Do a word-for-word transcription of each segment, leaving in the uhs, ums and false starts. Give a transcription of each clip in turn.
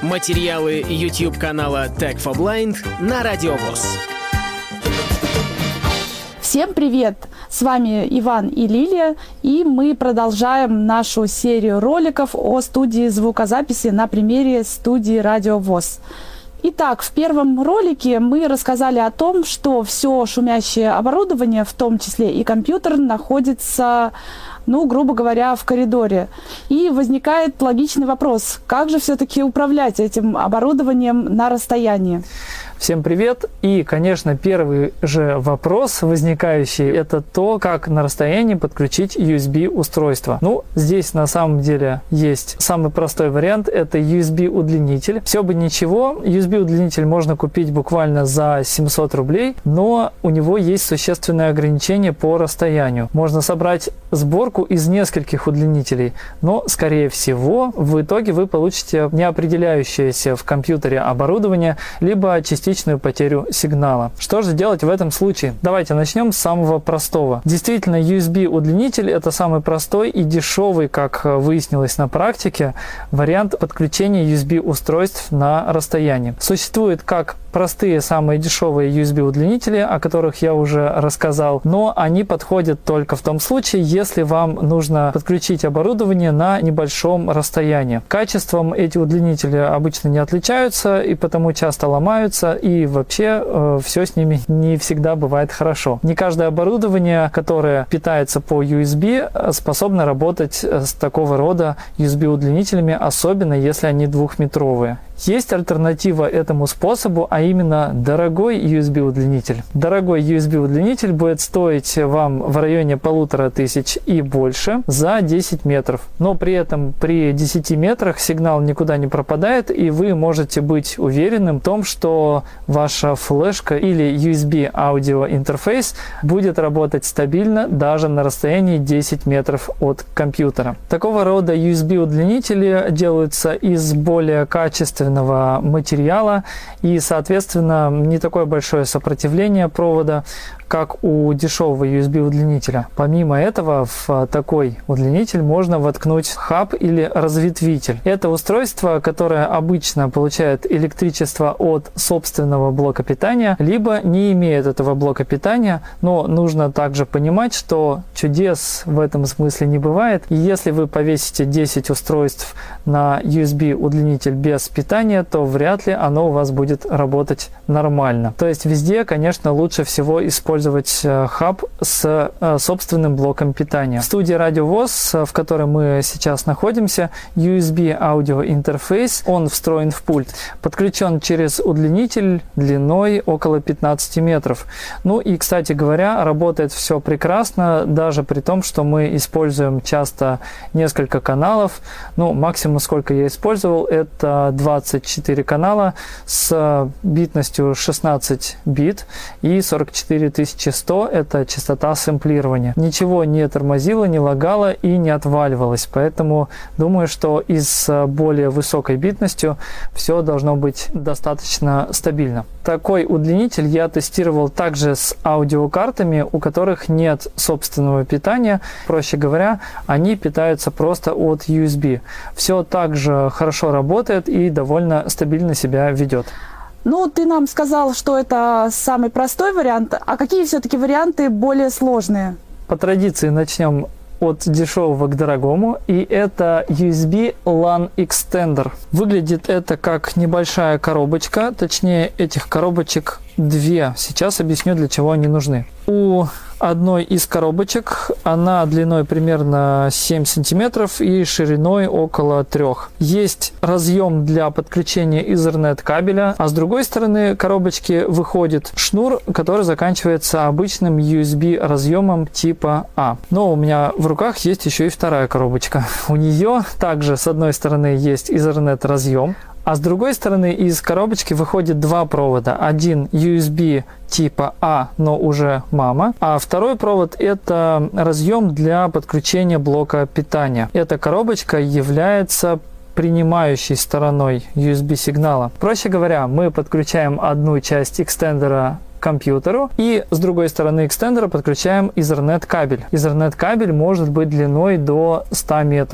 Материалы YouTube-канала Tech for Blind на Радио ВОС. Всем привет! С вами Иван и Лилия, и мы продолжаем нашу серию роликов о студии звукозаписи на примере студии Радио ВОС. Итак, в первом ролике мы рассказали о том, что все шумящее оборудование, в том числе и компьютер, находится, ну, грубо говоря, в коридоре. И возникает логичный вопрос, как же все-таки управлять этим оборудованием на расстоянии? Всем привет! И, конечно, первый же вопрос возникающий – это то, как на расстоянии подключить ю эс би-устройство. Ну, здесь на самом деле есть самый простой вариант – это ю эс би-удлинитель. Все бы ничего, ю эс би-удлинитель можно купить буквально за семьсот рублей, но у него есть существенное ограничение по расстоянию. Можно собрать сборку из нескольких удлинителей, но, скорее всего, в итоге вы получите неопределяющееся в компьютере оборудование, либо частично потерю сигнала. Что же делать в этом случае? Давайте начнем с самого простого. Действительно, ю эс би-удлинитель – это самый простой и дешевый, как выяснилось на практике, вариант подключения ю эс би-устройств на расстоянии. Существует как простые, самые дешевые ю эс би-удлинители, о которых я уже рассказал, но они подходят только в том случае, если вам нужно подключить оборудование на небольшом расстоянии. Качеством эти удлинители обычно не отличаются и потому часто ломаются, и вообще э, все с ними не всегда бывает хорошо. Не каждое оборудование, которое питается по ю эс би, способно работать с такого рода ю эс би-удлинителями, особенно если они двухметровые. Есть альтернатива этому способу, а именно дорогой ю эс би-удлинитель. Дорогой ю эс би-удлинитель будет стоить вам в районе полутора тысяч и больше за десять метров. Но при этом при десяти метрах сигнал никуда не пропадает, и вы можете быть уверенным в том, что ваша флешка или ю эс би-аудиоинтерфейс будет работать стабильно даже на расстоянии десять метров от компьютера. Такого рода ю эс би-удлинители делаются из более качественных материала и, соответственно, не такое большое сопротивление провода, как у дешевого ю эс би-удлинителя. Помимо этого, в такой удлинитель можно воткнуть хаб или разветвитель. Это устройство, которое обычно получает электричество от собственного блока питания, либо не имеет этого блока питания, но нужно также понимать, что чудес в этом смысле не бывает. И если вы повесите десять устройств на ю эс би-удлинитель без питания, то вряд ли оно у вас будет работать нормально. То есть везде, конечно, лучше всего использовать хаб с собственным блоком питания. В студии Радио ВОС, в которой мы сейчас находимся, ю эс би-аудиоинтерфейс, он встроен в пульт, подключен через удлинитель длиной около пятнадцати метров. Ну и, кстати говоря, работает все прекрасно, даже при том, что мы используем часто несколько каналов. Ну, максимум, сколько я использовал, это двадцать четыре канала с битностью шестнадцать бит и сорок четыре тысячи сто – это частота сэмплирования. Ничего не тормозило, не лагало и не отваливалось, поэтому думаю, что и с более высокой битностью все должно быть достаточно стабильно. Такой удлинитель я тестировал также с аудиокартами, у которых нет собственного питания. Проще говоря, они питаются просто от ю эс би. Все также хорошо работает и довольно стабильно себя ведет. Ну, ты нам сказал, что это самый простой вариант. А какие все-таки варианты более сложные? По традиции начнем от дешевого к дорогому, и это ю эс би лан Extender. Выглядит это как небольшая коробочка, точнее этих коробочек две. Сейчас объясню, для чего они нужны. У одной из коробочек она длиной примерно семь сантиметров и шириной около трёх. Есть разъем для подключения Ethernet кабеля, а с другой стороны коробочки выходит шнур, который заканчивается обычным ю эс би разъемом типа А. Но у меня в руках есть еще и вторая коробочка. У нее также с одной стороны есть Ethernet разъем, а с другой стороны из коробочки выходит два провода. Один ю эс би типа А, но уже мама, а второй провод – это разъем для подключения блока питания. Эта коробочка является принимающей стороной ю эс би сигнала. Проще говоря, мы подключаем одну часть экстендера к компьютеру и с другой стороны экстендера подключаем Ethernet кабель. Ethernet кабель может быть длиной до ста метров.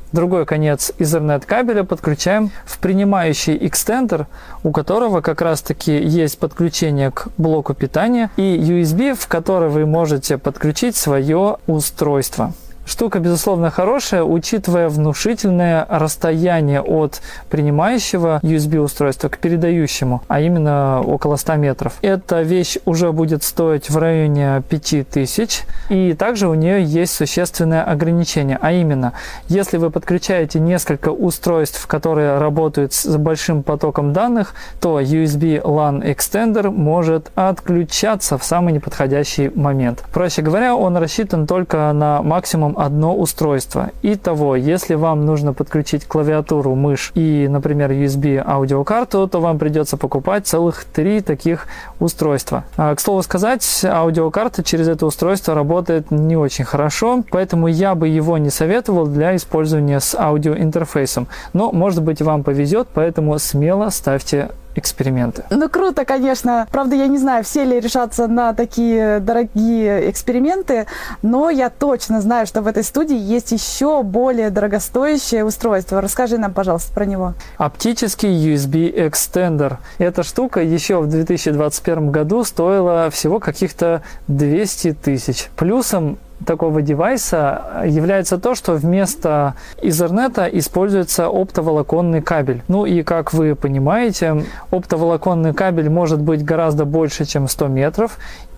Другой конец Ethernet кабеля подключаем в принимающий экстендер, у которого как раз-таки есть подключение к блоку питания и ю эс би, в который вы можете подключить свое устройство. Штука, безусловно, хорошая, учитывая внушительное расстояние от принимающего ю эс би-устройства к передающему, а именно около ста метров. Эта вещь уже будет стоить в районе пяти тысяч, и также у нее есть существенное ограничение, а именно, если вы подключаете несколько устройств, которые работают с большим потоком данных, то ю эс би лан экстендер может отключаться в самый неподходящий момент. Проще говоря, он рассчитан только на максимум одно устройство. Итого, если вам нужно подключить клавиатуру, мышь и, например, ю эс би аудиокарту, то вам придется покупать целых три таких устройства. А, к слову сказать, аудиокарта через это устройство работает не очень хорошо, поэтому я бы его не советовал для использования с аудиоинтерфейсом. Но, может быть, вам повезет, поэтому смело ставьте эксперименты. Ну, круто, конечно. Правда, я не знаю, все ли решатся на такие дорогие эксперименты, но я точно знаю, что в этой студии есть еще более дорогостоящее устройство. Расскажи нам, пожалуйста, про него. Оптический ю эс би экстендер. Эта штука еще в две тысячи двадцать первом году стоила всего каких-то двести тысяч. Плюсом такого девайса является то, что вместо Ethernet используется оптоволоконный кабель. Ну и, как вы понимаете, оптоволоконный кабель может быть гораздо больше, чем сто метров.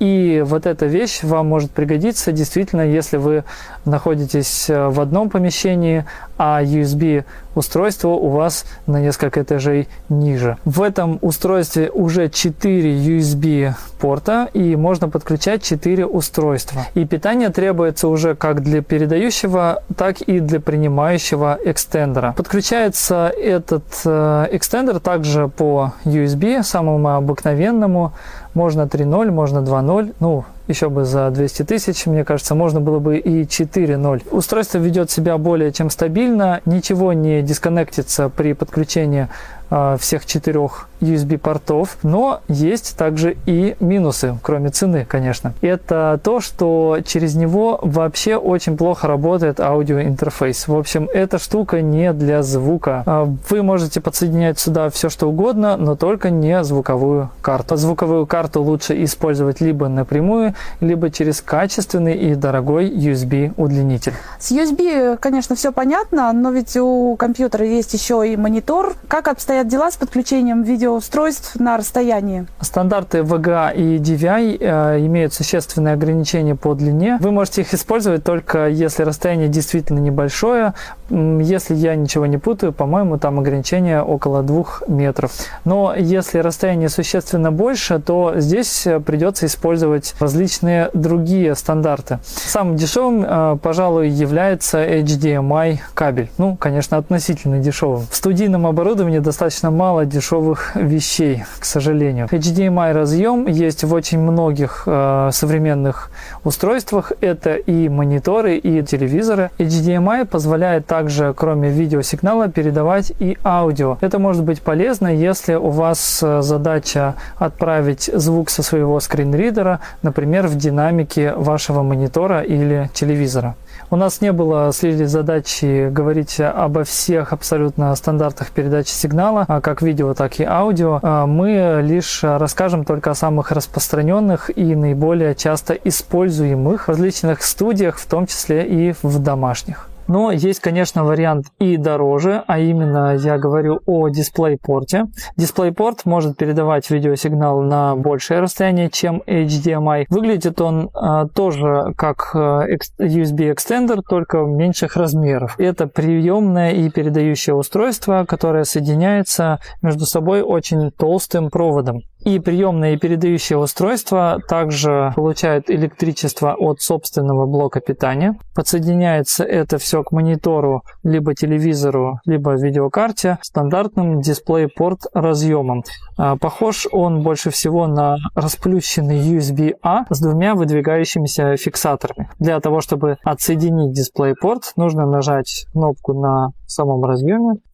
И вот эта вещь вам может пригодиться действительно, если вы находитесь в одном помещении, а ю эс би устройство у вас на несколько этажей ниже. В этом устройстве уже четыре ю эс би порта, и можно подключать четыре устройства. И питание требуется уже как для передающего, так и для принимающего экстендера. Подключается этот э, экстендер также по ю эс би, самому обыкновенному. Можно три ноль, можно два ноль, ну, еще бы за двести тысяч, мне кажется, можно было бы и четыре ноль. Устройство ведет себя более чем стабильно, ничего не дисконнектится при подключении э, всех четырех ю эс би портов, но есть также и минусы, кроме цены, конечно. Это то, что через него вообще очень плохо работает аудиоинтерфейс. В общем, эта штука не для звука. Вы можете подсоединять сюда все, что угодно, но только не звуковую карту. Звуковую карту лучше использовать либо напрямую, либо через качественный и дорогой ю эс би удлинитель. С ю эс би, конечно, все понятно, но ведь у компьютера есть еще и монитор. Как обстоят дела с подключением видеоустройств на расстоянии? Стандарты ви джи а и ди ви ай э, имеют существенные ограничения по длине. Вы можете их использовать только если расстояние действительно небольшое. Если я ничего не путаю, по-моему, там ограничение около двух метров. Но если расстояние существенно больше, то здесь придется использовать различные другие стандарты. Самым дешевым, э, пожалуй, является эйч ди эм ай кабель. Ну, конечно, относительно дешевым. В студийном оборудовании достаточно мало дешевых вещей, к сожалению. эйч ди эм ай разъем есть в очень многих э, современных устройствах. Это и мониторы, и телевизоры. эйч ди эм ай позволяет также, кроме видеосигнала, передавать и аудио. Это может быть полезно, если у вас задача отправить звук со своего скринридера, например, в динамике вашего монитора или телевизора. У нас не было с Лилией задачи говорить обо всех абсолютно стандартах передачи сигнала, как видео, так и аудио. Мы лишь расскажем только о самых распространенных и наиболее часто используемых в различных студиях, в том числе и в домашних. Но есть, конечно, вариант и дороже, а именно я говорю о дисплей-порте. Дисплей-порт может передавать видеосигнал на большее расстояние, чем эйч ди эм ай. Выглядит он а, тоже как ю эс би-экстендер, только меньших размеров. Это приемное и передающее устройство, которое соединяется между собой очень толстым проводом. И приемное и передающее устройство также получают электричество от собственного блока питания. Подсоединяется это все к монитору, либо телевизору, либо видеокарте стандартным DisplayPort разъемом. Похож он больше всего на расплющенный ю эс би-A с двумя выдвигающимися фиксаторами. Для того, чтобы отсоединить DisplayPort, нужно нажать кнопку на самом разъеме.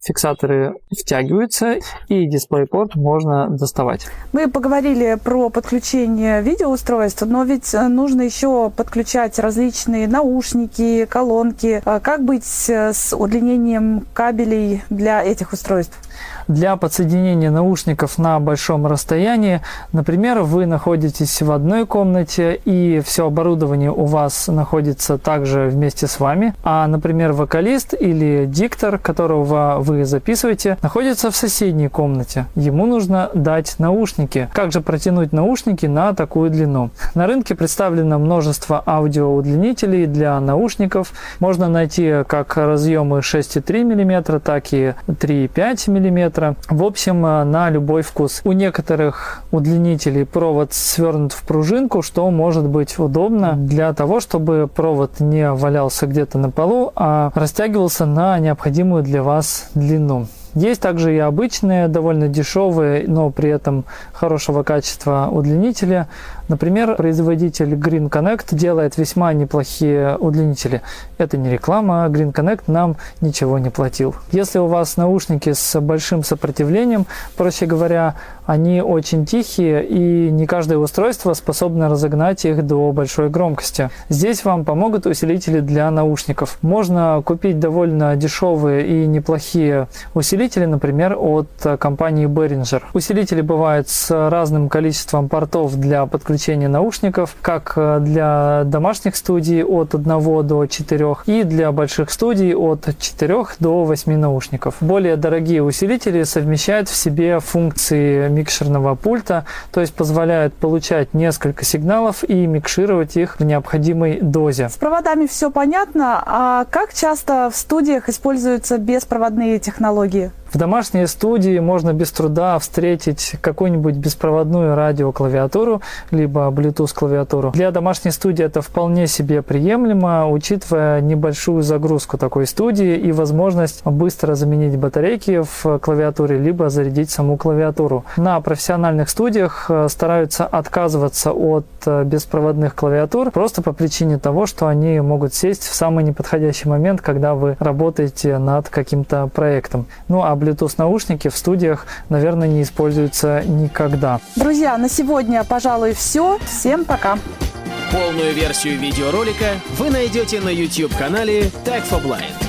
фиксаторы втягиваются, и DisplayPort можно доставать. Мы поговорили про подключение видеоустройств, но ведь нужно еще подключать различные наушники, колонки. Как быть с удлинением кабелей для этих устройств? Для подсоединения наушников на большом расстоянии, например, вы находитесь в одной комнате и все оборудование у вас находится также вместе с вами, а, например, вокалист или диктор, которого вы записываете, находится в соседней комнате. Ему нужно дать наушники. Как же протянуть наушники на такую длину? На рынке представлено множество аудиоудлинителей для наушников. Можно найти как разъемы шесть и три миллиметра, так и три и пять миллиметра. В общем, на любой вкус. У некоторых удлинителей провод свернут в пружинку, что может быть удобно для того, чтобы провод не валялся где-то на полу, а растягивался на необходимую для вас длину. Есть также и обычные, довольно дешевые, но при этом хорошего качества удлинители. Например, производитель Green Connect делает весьма неплохие удлинители. Это не реклама, Green Connect нам ничего не платил. Если у вас наушники с большим сопротивлением, проще говоря, они очень тихие, и не каждое устройство способно разогнать их до большой громкости. Здесь вам помогут усилители для наушников. Можно купить довольно дешевые и неплохие усилители, например, от компании Behringer. Усилители бывают с разным количеством портов для подключения наушников, как для домашних студий от одного до четырёх и для больших студий от четырёх до восьми наушников. Более дорогие усилители совмещают в себе функции микшерного пульта, то есть позволяют получать несколько сигналов и микшировать их в необходимой дозе. С проводами все понятно, а как часто в студиях используются беспроводные технологии? В домашней студии можно без труда встретить какую-нибудь беспроводную радиоклавиатуру, либо Bluetooth-клавиатуру. Для домашней студии это вполне себе приемлемо, учитывая небольшую загрузку такой студии и возможность быстро заменить батарейки в клавиатуре, либо зарядить саму клавиатуру. На профессиональных студиях стараются отказываться от беспроводных клавиатур просто по причине того, что они могут сесть в самый неподходящий момент, когда вы работаете над каким-то проектом. Ну а Bluetooth-наушники в студиях, наверное, не используются никогда. Друзья, на сегодня, пожалуй, все. Всем пока! Полную версию видеоролика вы найдете на YouTube-канале Tech for Blind.